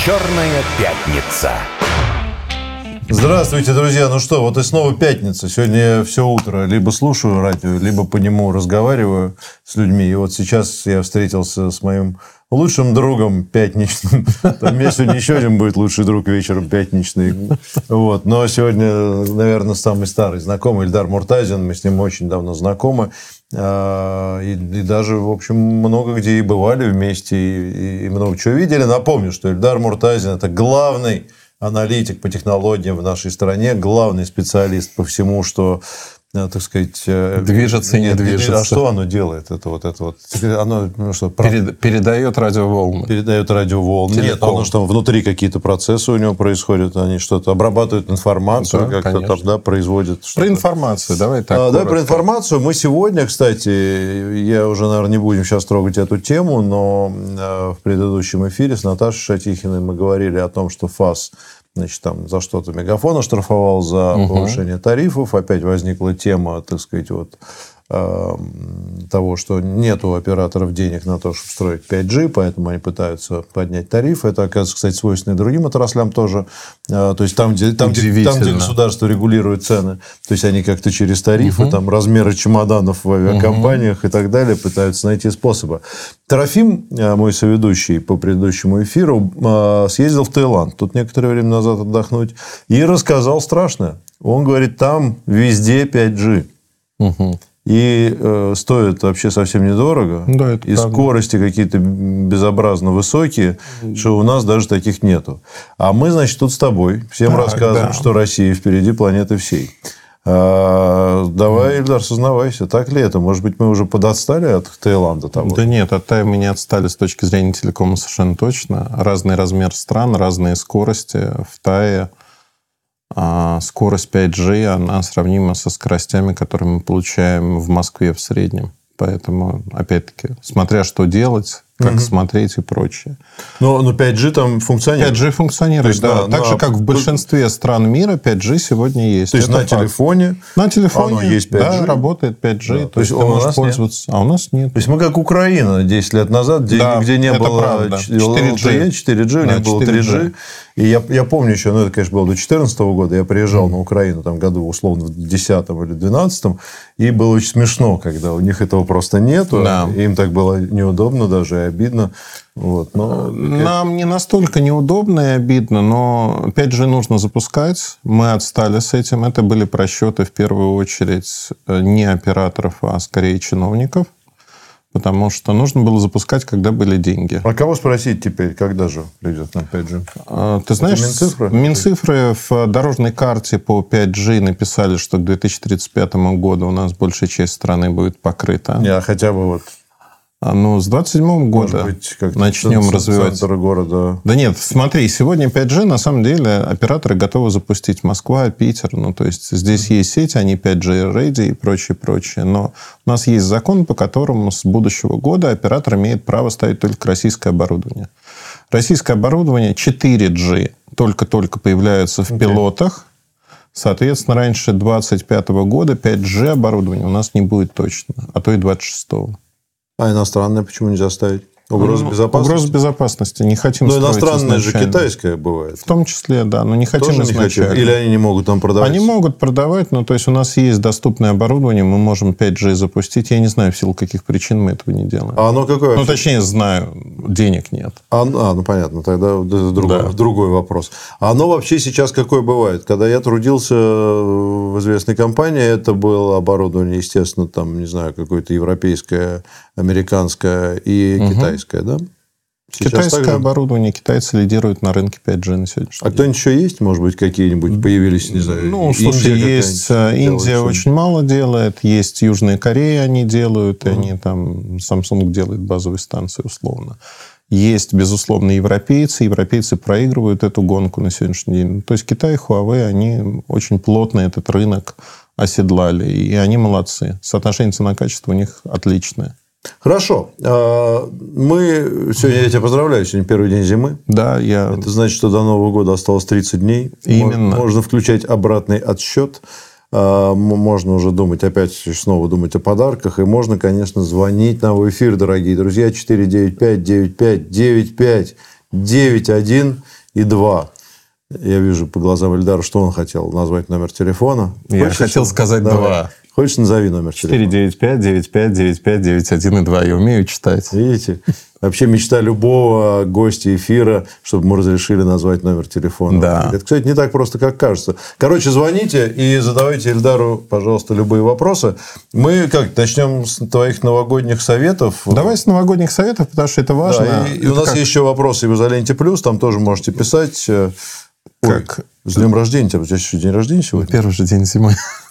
«Черная пятница». Здравствуйте, друзья. Ну что, вот и снова пятница. Сегодня я все утро либо слушаю радио, либо по нему разговариваю с людьми. И вот сейчас я встретился с моим лучшим другом пятничным. У меня сегодня еще один будет лучший друг вечером пятничный. Вот. Но сегодня, наверное, самый старый знакомый Эльдар Муртазин. Мы с ним очень давно знакомы. И даже, в общем, много где и бывали вместе, и много чего видели. Напомню, что Эльдар Муртазин – это главный аналитик по технологиям в нашей стране, главный специалист по всему, что, так сказать... Движется и не движется. А что оно делает? Это вот. Оно, что, передает радиоволны. Передает радиоволны. Телеком. Нет, оно что, внутри какие-то процессы у него происходят, они что-то обрабатывают информацию, да, как-то там, да, производят что-то. Про информацию, давай так. Да, про информацию. Мы сегодня, кстати, я уже, наверное, не будем сейчас трогать эту тему, но в предыдущем эфире с Наташей Шатихиной мы говорили о том, что ФАС, значит, там за что-то Мегафон оштрафовал за повышение тарифов. Опять возникла тема, так сказать, вот того, что нет у операторов денег на то, чтобы строить 5G, поэтому они пытаются поднять тариф. Это, оказывается, кстати, свойственно и другим отраслям тоже. То есть, там, где государство регулирует цены, то есть, они как-то через тарифы, там, размеры чемоданов в авиакомпаниях и так далее пытаются найти способы. Трофим, мой соведущий по предыдущему эфиру, съездил в Таиланд. Тут некоторое время назад отдохнуть. И рассказал страшное. Он говорит, там везде 5G. И стоит вообще совсем недорого. Да, это и правда. Скорости какие-то безобразно высокие, что у нас даже таких нету. А мы, значит, тут с тобой всем рассказываем, что Россия впереди планеты всей. Давай, Эльдар, сознавайся, так ли это? Может быть, мы уже подотстали от Таиланда? Того? Да нет, от Тая мы не отстали с точки зрения телекома совершенно точно. Разный размер стран, разные скорости. В Тае скорость 5G, она сравнима со скоростями, которые мы получаем в Москве в среднем. Поэтому, опять-таки, смотря что делать, как смотреть и прочее. Но 5G там функционирует. 5G функционирует, есть, да. Так же, как в большинстве стран мира 5G сегодня есть. То есть, на телефоне оно есть 5G? Да, работает 5G. Да. То есть, ты можешь пользоваться. А у нас нет. То есть, мы как Украина 10 лет назад, где не было 4G, 4G, у них было 3G. И я помню еще, это, конечно, было до 2014 года, я приезжал на Украину, там, году, условно, в 2010 или 2012, и было очень смешно, когда у них этого просто нету, им так было неудобно даже и обидно. Вот, но... Нам не настолько неудобно и обидно, но 5G нужно запускать. Мы отстали с этим. Это были просчеты, в первую очередь, не операторов, а скорее чиновников. Потому что нужно было запускать, когда были деньги. А кого спросить теперь, когда же придет нам 5G? Ты знаешь, Минцифры? Минцифры в дорожной карте по 5G написали, что к 2035 году у нас большая часть страны будет покрыта. Не, а хотя бы вот... С 27 года быть, начнем развивать. Центр города. Да нет, смотри, сегодня 5G, на самом деле, операторы готовы запустить Москва, Питер. То есть, здесь есть сети, они 5G ready и прочее. Но у нас есть закон, по которому с будущего года оператор имеет право ставить только российское оборудование. Российское оборудование 4G только-только появляется в пилотах. Соответственно, раньше 2025 года 5G оборудования у нас не будет точно, а то и 26-го. А иностранное почему нельзя ставить? Угроза безопасности? Угроза безопасности. Не хотим строить иностранное же изначально. китайское бывает. В том числе, да. Но не хотим тоже изначально. Или они не могут там продавать? Они могут продавать, но то есть, у нас есть доступное оборудование, мы можем 5G запустить. Я не знаю, в силу каких причин мы этого не делаем. А оно какое? Точнее, знаю, денег нет. Понятно. Тогда другой вопрос. А оно вообще сейчас какое бывает? Когда я трудился в известной компании, это было оборудование, естественно, там, не знаю, какое-то европейское, американское и китайское, да? Сейчас китайское оборудование, китайцы лидируют на рынке 5G на сегодняшний день. А кто-нибудь еще есть? Может быть, какие-нибудь появились, не знаю, слушай, есть Индия очень мало делает, есть Южная Корея, они делают, и они там, Samsung делает базовые станции условно. Есть, безусловно, европейцы. Европейцы проигрывают эту гонку на сегодняшний день. То есть, Китай и Huawei, они очень плотно этот рынок оседлали. И они молодцы. Соотношение цена-качество у них отличное. Хорошо. Мы сегодня, я тебя поздравляю, сегодня первый день зимы. Да, Это значит, что до Нового года осталось 30 дней. Именно. Можно включать обратный отсчет. Можно уже думать, опять снова думать о подарках. И можно, конечно, звонить нам в эфир, дорогие друзья. 495-95-95. 9, 1 и 2. Я вижу по глазам Ильдара, что он хотел назвать номер телефона. Я хотел сказать 2. Хочешь, назови номер телефона. 495-95-95-91 и 2. Я умею читать. Видите? Вообще мечта любого гостя эфира, чтобы мы разрешили назвать номер телефона. Да. Это, кстати, не так просто, как кажется. Короче, звоните и задавайте Ильдару, пожалуйста, любые вопросы. Мы начнем с твоих новогодних советов. Давай с новогодних советов, потому что это важно. Да, и у нас есть еще вопросы в «Изоленте плюс». Там тоже можете писать. С днем рождения. У тебя еще день рождения сегодня? Первый же день зимы.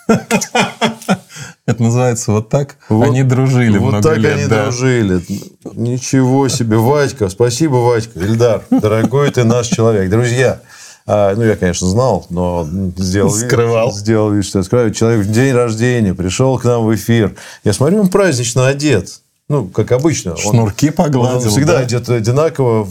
Это называется вот так. Они дружили много лет. Вот так они дружили. Ничего себе. Вадька. Спасибо, Вадька. Ильдар, дорогой ты наш человек. Друзья. Я, конечно, знал, но сделал вид, что я скрываю. Человек в день рождения пришел к нам в эфир. Я смотрю, он празднично одет. Как обычно. Шнурки погладил. Он всегда одет одинаково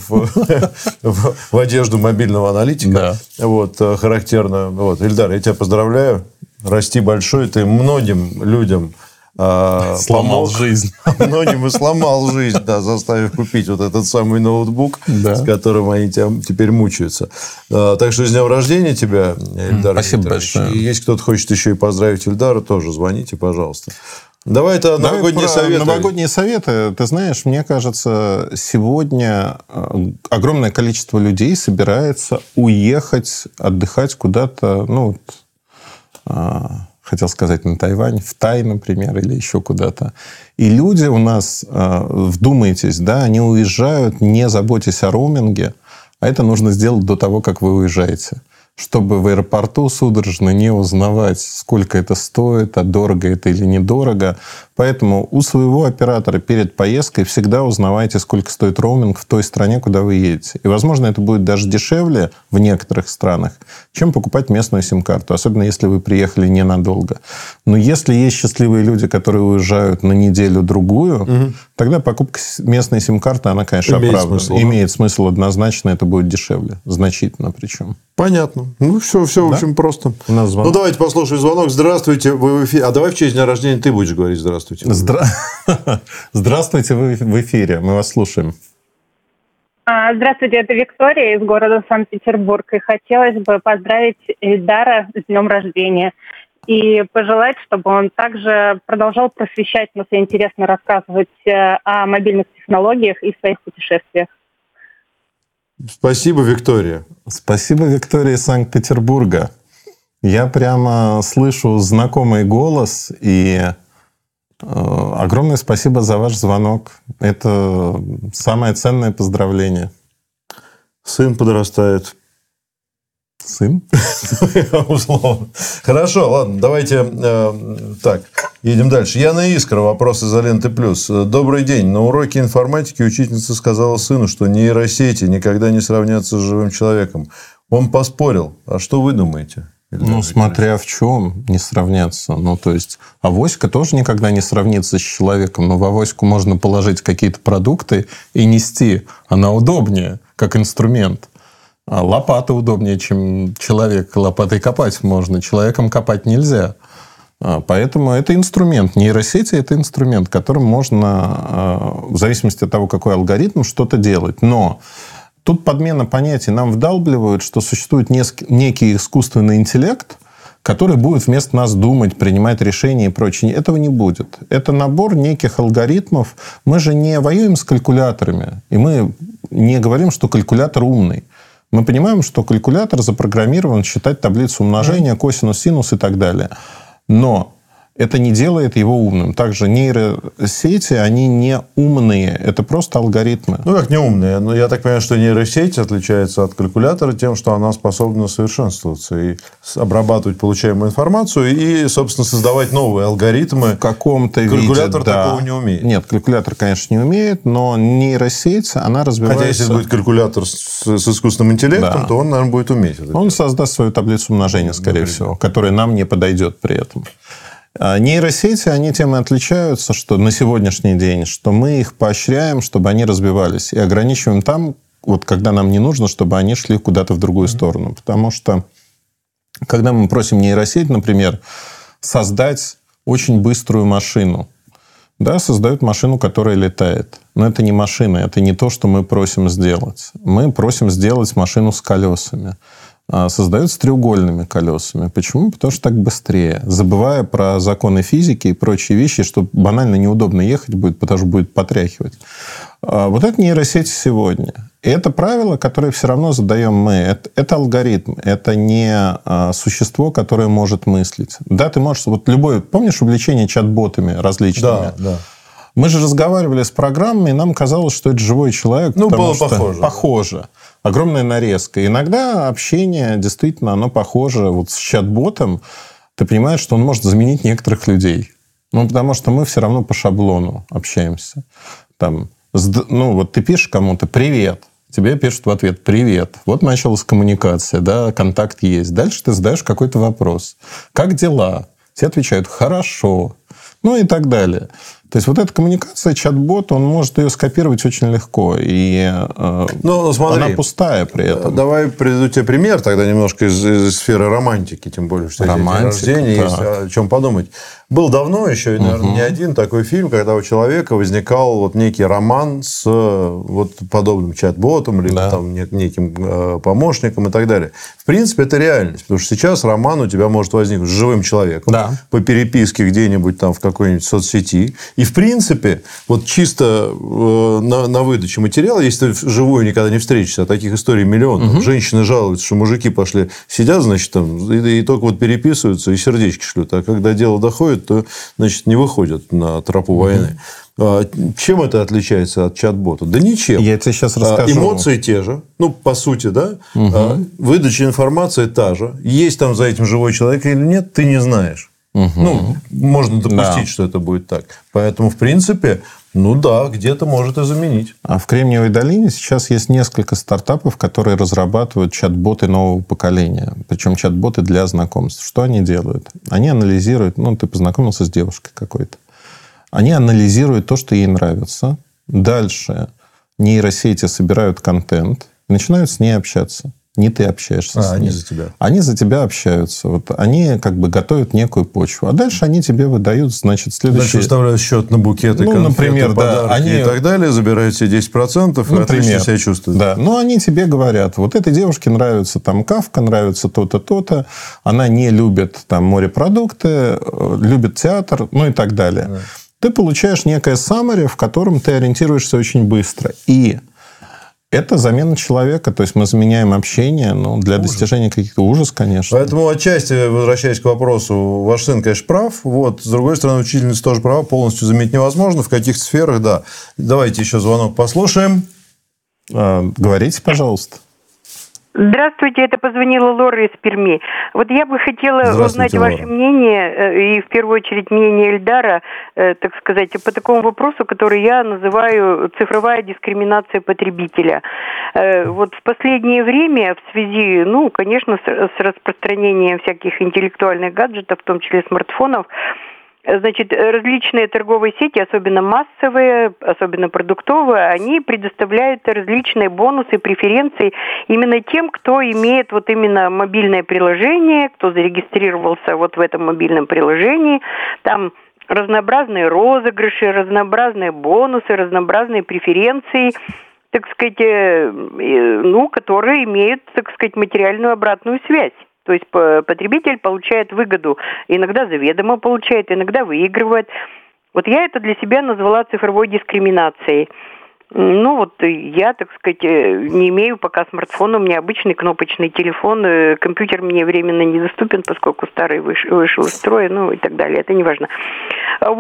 в одежду мобильного аналитика. Да. Характерно. Ильдар, я тебя поздравляю. Расти большой. Ты многим людям сломал жизнь. Многим и сломал жизнь, заставив купить вот этот самый ноутбук, с которым они теперь мучаются. Так что с днем рождения тебя, Ильдар. Спасибо большое. И если кто-то хочет еще и поздравить Ильдара, тоже звоните, пожалуйста. Давай новогодние советы. Новогодние советы. Ты знаешь, мне кажется, сегодня огромное количество людей собирается уехать, отдыхать куда-то, хотел сказать, на Тайвань, в Тай, например, или еще куда-то. И люди у нас, вдумайтесь, они уезжают, не заботясь о роуминге, а это нужно сделать до того, как вы уезжаете. Чтобы в аэропорту судорожно не узнавать, сколько это стоит, а дорого это или недорого. Поэтому у своего оператора перед поездкой всегда узнавайте, сколько стоит роуминг в той стране, куда вы едете. И, возможно, это будет даже дешевле в некоторых странах, чем покупать местную сим-карту, особенно если вы приехали ненадолго. Но если есть счастливые люди, которые уезжают на неделю-другую, тогда покупка местной сим-карты, она, конечно, оправдана. Имеет смысл однозначно, это будет дешевле. Значительно причем. Понятно. Все очень просто. У нас звонок. Давайте послушаем звонок. Здравствуйте, вы в эфире. А давай в честь дня рождения ты будешь говорить здравствуйте. Здравствуйте, вы в эфире. Мы вас слушаем. Здравствуйте, это Виктория из города Санкт-Петербург. И хотелось бы поздравить Ильдара с днем рождения. И пожелать, чтобы он также продолжал просвещать нас и интересно рассказывать о мобильных технологиях и своих путешествиях. Спасибо, Виктория. Спасибо, Виктория из Санкт-Петербурга. Я прямо слышу знакомый голос, и огромное спасибо за ваш звонок. Это самое ценное поздравление. Сын подрастает. Сын? Условно. Хорошо, ладно, давайте едем дальше. Яна Искра, вопрос из «Изоленты плюс». Добрый день. На уроке информатики учительница сказала сыну, что нейросети никогда не сравнятся с живым человеком. Он поспорил. А что вы думаете? Смотря в чем не сравняться. То есть, авоська тоже никогда не сравнится с человеком, но в авоську можно положить какие-то продукты и нести. Она удобнее, как инструмент. А лопата удобнее, чем человек. Лопатой копать можно, человеком копать нельзя. Поэтому это инструмент. Нейросети – это инструмент, которым можно, в зависимости от того, какой алгоритм, что-то делать. Но тут подмена понятий. Нам вдалбливают, что существует некий искусственный интеллект, который будет вместо нас думать, принимать решения и прочее. Этого не будет. Это набор неких алгоритмов. Мы же не воюем с калькуляторами. И мы не говорим, что калькулятор умный. Мы понимаем, что калькулятор запрограммирован считать таблицу умножения, косинус, синус и так далее. Но это не делает его умным. Также нейросети, они не умные. Это просто алгоритмы. Как не умные? Но я так понимаю, что нейросеть отличается от калькулятора тем, что она способна совершенствоваться и обрабатывать получаемую информацию и, собственно, создавать новые алгоритмы. В каком-то виде, калькулятор такого не умеет. Нет, калькулятор, конечно, не умеет, но нейросеть, она развивается... Хотя, если будет калькулятор с искусственным интеллектом, то он, наверное, будет уметь. Он создаст свою таблицу умножения, скорее всего, которая нам не подойдет при этом. Нейросети, они тем и отличаются, что на сегодняшний день, что мы их поощряем, чтобы они развивались, и ограничиваем там, когда нам не нужно, чтобы они шли куда-то в другую сторону. Потому что, когда мы просим нейросеть, например, создать очень быструю машину, Да, создают машину, которая летает. Но это не машина, это не то, что мы просим сделать. Мы просим сделать машину с колесами. Создают с треугольными колесами. Почему? Потому что так быстрее. Забывая про законы физики и прочие вещи, что банально неудобно ехать будет, потому что будет потряхивать. Вот это нейросети сегодня. И это правило, которое все равно задаем мы. Это алгоритм. Это не существо, которое может мыслить. Да, ты можешь... Вот любое... Помнишь увлечение чат-ботами различными? Да. Мы же разговаривали с программами, и нам казалось, что это живой человек. Было что похоже. Похоже. Огромная нарезка. Иногда общение, действительно, оно похоже. Вот с чат-ботом ты понимаешь, что он может заменить некоторых людей. Потому что мы все равно по шаблону общаемся. Вот ты пишешь кому-то «привет». Тебе пишут в ответ «привет». Вот началась коммуникация, да, контакт есть. Дальше ты задаешь какой-то вопрос. «Как дела?» Все отвечают «хорошо». И так далее. То есть, вот эта коммуникация, чат-бот, он может ее скопировать очень легко. И смотри, она пустая при этом. Давай приведу тебе пример тогда немножко из сферы романтики. Тем более, что день рождения, есть о чем подумать. Был давно еще, наверное, не один такой фильм, когда у человека возникал некий роман с подобным чат-ботом, либо неким помощником и так далее. В принципе, это реальность. Потому что сейчас роман у тебя может возникнуть с живым человеком по переписке где-нибудь в какой-нибудь соцсети. И, в принципе, чисто на выдаче материала, если ты вживую никогда не встретишься, а таких историй миллион. Женщины жалуются, что мужики пошли, сидят, и только переписываются и сердечки шлют. А когда дело доходит, то, не выходят на тропу войны. Чем это отличается от чат-бота? Да ничем. Я тебе сейчас расскажу. Эмоции те же. По сути, да. Выдача информации та же. Есть там за этим живой человек или нет, ты не знаешь. Можно допустить, что это будет так. Поэтому, в принципе, где-то может и заменить. А в Кремниевой долине сейчас есть несколько стартапов, которые разрабатывают чат-боты нового поколения. Причем чат-боты для знакомств. Что они делают? Они анализируют... ты познакомился с девушкой какой-то. Они анализируют то, что ей нравится. Дальше нейросети собирают контент и начинают с ней общаться. Не ты общаешься с ней. Они за тебя. Они за тебя общаются. Они готовят некую почву. А дальше они тебе выдают, следующий... Дальше выставляют счет на букеты, конфеты, например, подарки и так далее. Забирают себе 10% и отлично себя чувствуют. Да. Они тебе говорят, этой девушке нравится кавка, нравится то-то, то-то. Она не любит морепродукты, любит театр, и так далее. Да. Ты получаешь некое summary, в котором ты ориентируешься очень быстро. И это замена человека. То есть, мы заменяем общение для достижения каких-то... Ужас, конечно. Поэтому, отчасти, возвращаясь к вопросу, ваш сын, конечно, прав. С другой стороны, учительница тоже права. Полностью заменить невозможно. В каких сферах, да. Давайте еще звонок послушаем. Говорите, пожалуйста. Здравствуйте, это позвонила Лора из Перми. Я бы хотела узнать ваше мнение, и в первую очередь мнение Эльдара, так сказать, по такому вопросу, который я называю цифровая дискриминация потребителя. В последнее время в связи, конечно, с распространением всяких интеллектуальных гаджетов, в том числе смартфонов, различные торговые сети, особенно массовые, особенно продуктовые, они предоставляют различные бонусы, преференции именно тем, кто имеет именно мобильное приложение, кто зарегистрировался в этом мобильном приложении. Там разнообразные розыгрыши, разнообразные бонусы, разнообразные преференции, так сказать, которые имеют, так сказать, материальную обратную связь. То есть потребитель получает выгоду, иногда заведомо получает, иногда выигрывает. Я это для себя назвала цифровой дискриминацией. Я, так сказать, не имею пока смартфона, у меня обычный кнопочный телефон, компьютер мне временно недоступен, поскольку старый вышел из строя, и так далее, это не важно. Как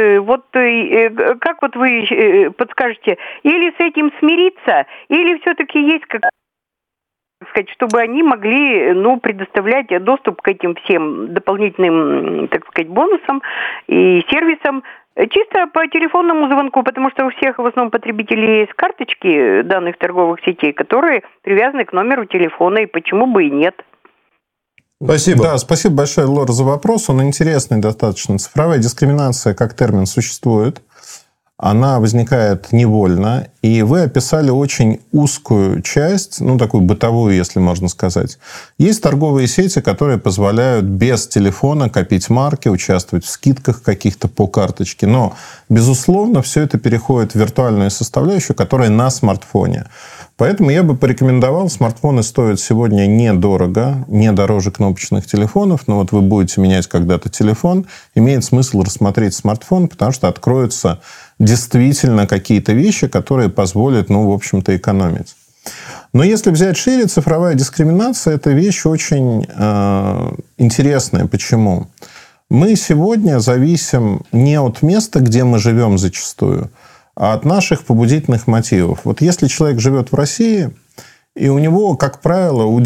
вы подскажете, или с этим смириться, или все-таки есть сказать, чтобы они могли, предоставлять доступ к этим всем дополнительным, так сказать, бонусам и сервисам чисто по телефонному звонку, потому что у всех в основном потребителей есть карточки данных торговых сетей, которые привязаны к номеру телефона, и почему бы и нет. Спасибо. Да, спасибо большое, Лора, за вопрос. Он интересный достаточно. Цифровая дискриминация как термин существует. она возникает невольно, и вы описали очень узкую часть, ну, такую бытовую, если можно сказать. Есть торговые сети, которые позволяют без телефона копить марки, участвовать в скидках каких-то по карточке, но, безусловно, все это переходит в виртуальную составляющую, которая на смартфоне. Поэтому я бы порекомендовал, смартфоны стоят сегодня недорого, не дороже кнопочных телефонов, но вот вы будете менять когда-то телефон, имеет смысл рассмотреть смартфон, потому что откроются действительно какие-то вещи, которые позволят, ну, в общем-то, экономить. Но если взять шире, цифровая дискриминация – это вещь очень интересная. Почему? Мы сегодня зависим не от места, где мы живем зачастую, а от наших побудительных мотивов. Вот если человек живет в России, и у него, как правило, у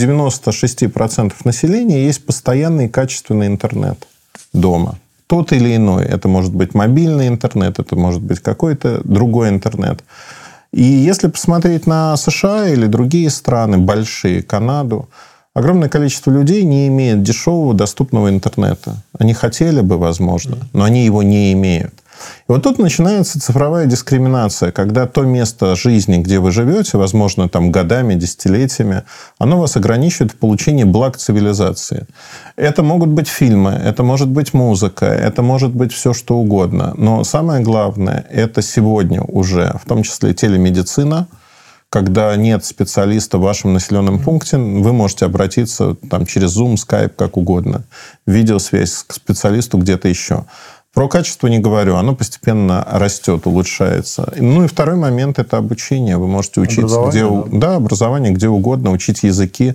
96% населения есть постоянный качественный интернет дома. Тот или иной. Это может быть мобильный интернет, это может быть какой-то другой интернет. И если посмотреть на США или другие страны, большие, Канаду, огромное количество людей не имеет дешевого доступного интернета. Они хотели бы, возможно, но они его не имеют. И вот тут начинается цифровая дискриминация, когда то место жизни, где вы живете, возможно, там годами, десятилетиями, оно вас ограничивает в получении благ цивилизации. Это могут быть фильмы, это может быть музыка, это может быть все, что угодно. Но самое главное, это сегодня уже, в том числе телемедицина, когда нет специалиста в вашем населенном пункте, вы можете обратиться там, через Zoom, Skype, как угодно, видеосвязь к специалисту где-то еще. Про качество не говорю, оно постепенно растет, улучшается. Ну и второй момент – это обучение. Вы можете учиться образование где угодно, учить языки.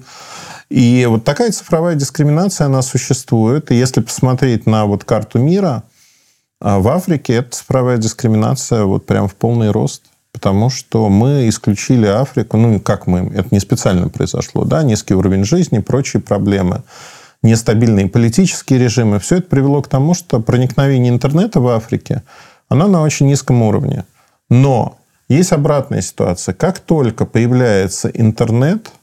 И вот такая цифровая дискриминация, она существует. И если посмотреть на вот карту мира, в Африке эта цифровая дискриминация вот прям в полный рост. Потому что мы исключили Африку, ну как мы, это не специально произошло, да, низкий уровень жизни, прочие проблемы. Нестабильные политические режимы. Все это привело к тому, что проникновение интернета в Африке, оно на очень низком уровне. Но есть обратная ситуация. Как только появляется интернет,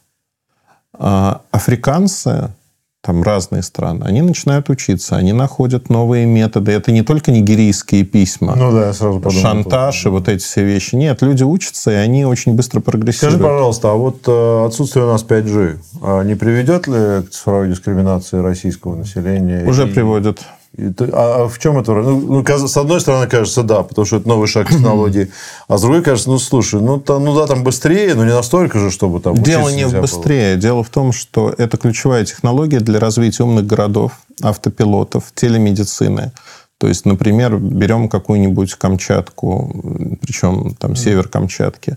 африканцы, там разные страны, они начинают учиться, они находят новые методы. Это не только нигерийские письма, я сразу подумал, шантаж и вот эти все вещи. Нет, люди учатся, и они очень быстро прогрессируют. Скажи, пожалуйста, а вот отсутствие у нас 5G не приведет ли к цифровой дискриминации российского населения? Уже приводит. А в чем это? Ну, с одной стороны, кажется, да, потому что это новый шаг технологий. А с другой, кажется, слушай, там быстрее, но не настолько же, чтобы там Дело не в быстрее. Дело в том, что это ключевая технология для развития умных городов, автопилотов, телемедицины. То есть, например, берем какую-нибудь Камчатку, причем там север Камчатки.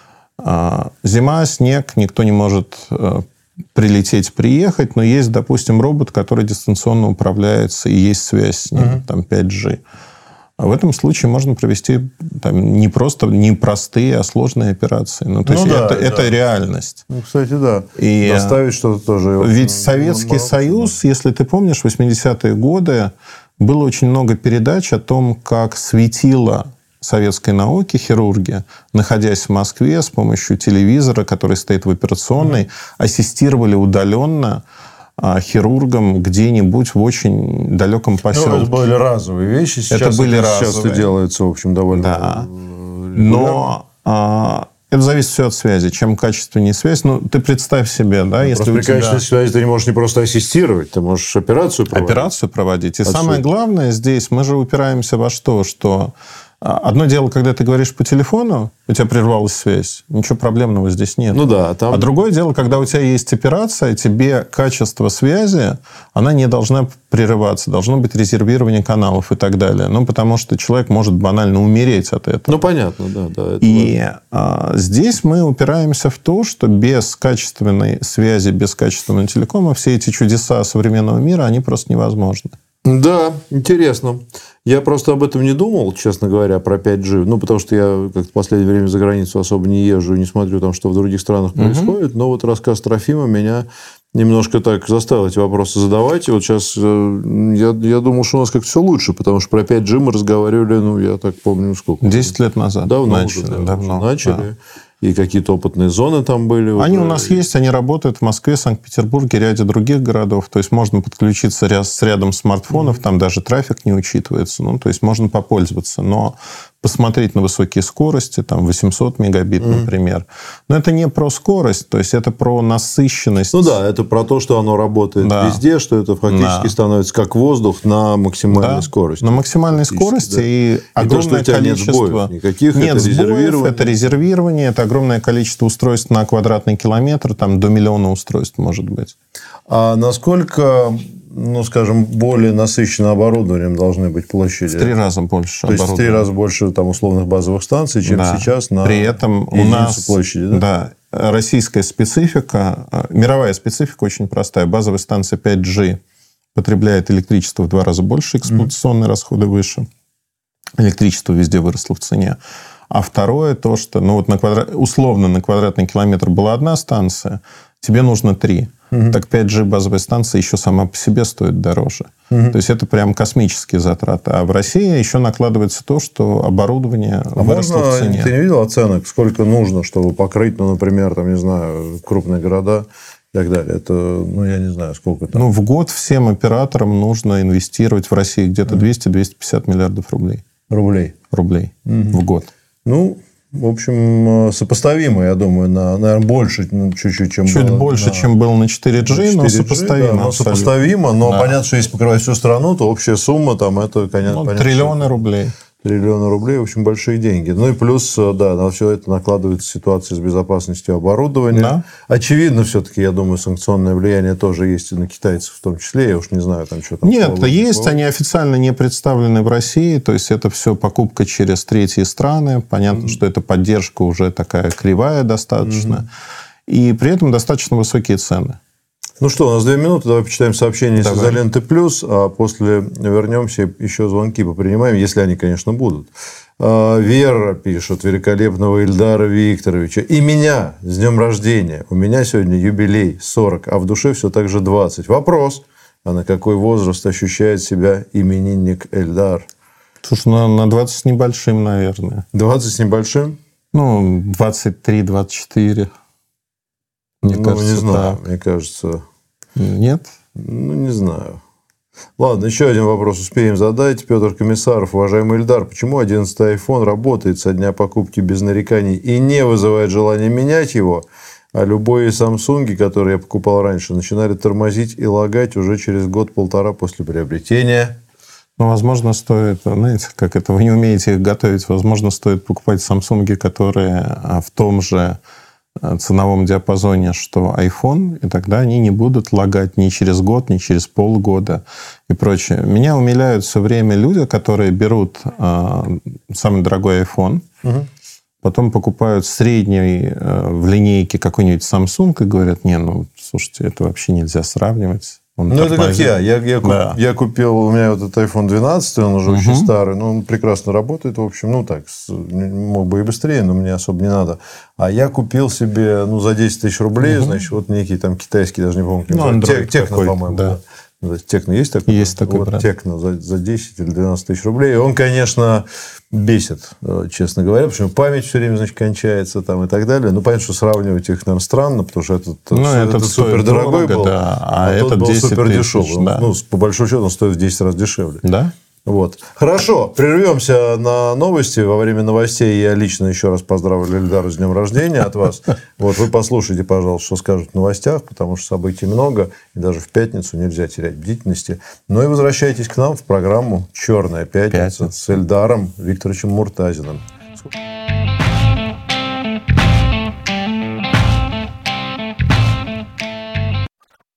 Зима, снег, никто не может прилететь, приехать, но есть, допустим, робот, который дистанционно управляется, и есть связь с ним, там 5G. А в этом случае можно провести там, не простые, а сложные операции. Ну, то есть это реальность. Ну, кстати, да. И доставить что-то тоже. Ведь Советский Союз, если ты помнишь, в 80-е годы было очень много передач о том, как светило советской науки хирурги, находясь в Москве с помощью телевизора, который стоит в операционной, ассистировали удаленно хирургам где-нибудь в очень далеком поселке. Ну, это были разовые вещи. Сейчас это делается, в общем, довольно... Да. Но это зависит все от связи. Чем качественнее связь, ты представь себе, да, если при качественной связи ты не можешь не просто ассистировать, ты можешь операцию проводить. И самое главное здесь, мы же упираемся во что? Что одно дело, когда ты говоришь по телефону, у тебя прервалась связь. Ничего проблемного здесь нет. А другое дело, когда у тебя есть операция, тебе качество связи, она не должна прерываться. Должно быть резервирование каналов и так далее. Потому что человек может банально умереть от этого. Понятно, да. И здесь мы упираемся в то, что без качественной связи, без качественного телекома все эти чудеса современного мира, они просто невозможны. Да, интересно. Я просто об этом не думал, честно говоря, про 5G. Потому что я как-то в последнее время за границу особо не езжу, не смотрю, там, что в других странах происходит. Но вот рассказ Трофима меня немножко так заставил эти вопросы задавать. И вот сейчас я думал, что у нас как-то все лучше, потому что про 5G мы разговаривали, я так помню, сколько? 10 лет назад. Давно начали. Да. И какие-то опытные зоны там были. Они у нас есть, они работают в Москве, Санкт-Петербурге, ряде других городов. То есть, можно подключиться с рядом смартфонов, там даже трафик не учитывается. То есть, можно попользоваться. Но посмотреть на высокие скорости, там 800 мегабит, например. Но это не про скорость, то есть это про насыщенность. Ну да, это про то, что оно работает везде, что это фактически становится как воздух на максимальной скорости. На максимальной скорости и огромное количество... Нет сбоев никаких, нет это резервирование. Это резервирование, это огромное количество устройств на квадратный километр, там до 1 миллиона устройств может быть. А насколько... ну, скажем, более насыщенным оборудованием должны быть площади. В 3 раза больше оборудования. То есть, в 3 раза больше там, условных базовых станций, чем сейчас на При этом у нас площади. Да? Да, российская специфика, мировая специфика очень простая. Базовая станция 5G потребляет электричество в 2 раза больше, эксплуатационные расходы выше. Электричество везде выросло в цене. А второе то, что ну, вот условно на квадратный километр была 1 станция, тебе нужно 3. Так 5G базовая станция еще сама по себе стоит дороже. То есть это прям космические затраты. А в России еще накладывается то, что оборудование выросло в цене. Ты не видел оценок, сколько нужно, чтобы покрыть, ну, например, там, не знаю, крупные города и так далее? Это, ну, я не знаю, сколько там. Ну, в год всем операторам нужно инвестировать в России где-то 200-250 миллиардов рублей. Рублей в год. Ну, в общем, сопоставимо, я думаю, наверное, больше чуть-чуть, чем чуть было. Больше, чем было на 4G, но сопоставимо. Да, сопоставимо, но понятно, что если покрывать всю страну, то общая сумма там это, конечно, понятно, триллионы рублей. Триллионы рублей, в общем, большие деньги. Ну и плюс, да, на все это накладывается ситуация с безопасностью оборудования. Да. Очевидно, все-таки, я думаю, санкционное влияние тоже есть и на китайцев в том числе. Я уж не знаю, там что там. Нет, есть, они официально не представлены в России. То есть это все покупка через третьи страны. Понятно, что эта поддержка уже такая кривая достаточно. И при этом достаточно высокие цены. Ну что, у нас 2 минуты, давай почитаем сообщения из «Изоленты Плюс», а после вернемся, еще звонки попринимаем, если они, конечно, будут. Вера пишет: великолепного Ильдара Викторовича. И меня с днем рождения. У меня сегодня юбилей 40, а в душе все так же 20. Вопрос: а на какой возраст ощущает себя именинник Эльдар? Слушай, на 20 с небольшим, наверное. 20 с небольшим? Ну, 23-24. Мне кажется, не знаю, так. Мне кажется... Нет? Ну, не знаю. Ладно, еще один вопрос успеем задать. Петр Комиссаров: уважаемый Ильдар, почему 11-й iPhone работает со дня покупки без нареканий и не вызывает желания менять его, а любые Samsung, которые я покупал раньше, начинали тормозить и лагать уже через год-полтора после приобретения? Ну, возможно, стоит, знаете, как это, вы не умеете их готовить, возможно, стоит покупать Samsung, которые в том же ценовом диапазоне, что iPhone, и тогда они не будут лагать ни через год, ни через полгода и прочее. Меня умиляют все время люди, которые берут самый дорогой iPhone, потом покупают средний в линейке какой-нибудь Samsung и говорят: не, ну, слушайте, это вообще нельзя сравнивать. Ну, это как я. Я купил, у меня вот этот iPhone 12, он уже очень старый, но он прекрасно работает, в общем, ну, так, мог бы и быстрее, но мне особо не надо. А я купил себе, ну, за 10 тысяч рублей, значит, вот некий там китайский, даже не помню, Техно, по-моему, да. Техно есть такой? Есть такой, вот, Техно за 10 или 12 тысяч рублей. И он, конечно, бесит, честно говоря, потому что память все время, значит, кончается там и так далее. Ну, понятно, что сравнивать их, наверное, странно, потому что этот супер дорогой был, да, а этот был супер дешевый. Да. Ну, по большому счету, он стоит в 10 раз дешевле. Да? Вот. Хорошо, прервемся на новости. Во время новостей я лично еще раз поздравлю Ильдара с днем рождения от вас. Вот вы послушайте, пожалуйста, что скажут в новостях, потому что событий много, и даже в пятницу нельзя терять бдительности. Ну и возвращайтесь к нам в программу «Черная пятница» с Ильдаром Викторовичем Муртазиным.